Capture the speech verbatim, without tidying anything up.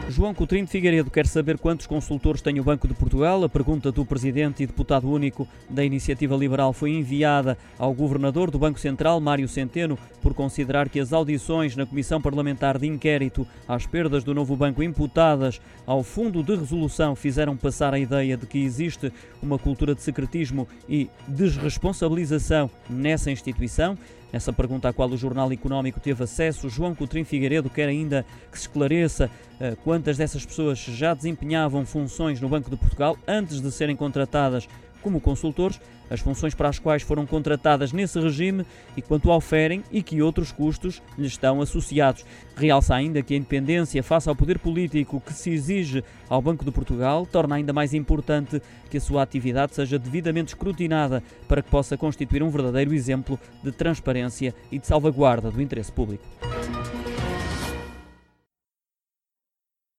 João Coutrinho de Figueiredo quer saber quantos consultores tem o Banco de Portugal. A pergunta do presidente e deputado único da Iniciativa Liberal foi enviada ao governador do Banco Central, Mário Centeno, por considerar que as audições na Comissão Parlamentar de Inquérito às perdas do novo banco imputadas ao Fundo de Resolução fizeram passar a ideia de que existe uma cultura de secretismo e desresponsabilização nessa instituição. Nessa pergunta à qual o Jornal Económico teve acesso, João Coutrinho Figueiredo quer ainda que se esclareça uh, quantas dessas pessoas já desempenhavam funções no Banco de Portugal antes de serem contratadas como consultores, as funções para as quais foram contratadas nesse regime e quanto oferem e que outros custos lhes estão associados. Realça ainda que a independência face ao poder político que se exige ao Banco de Portugal torna ainda mais importante que a sua atividade seja devidamente escrutinada para que possa constituir um verdadeiro exemplo de transparência e de salvaguarda do interesse público.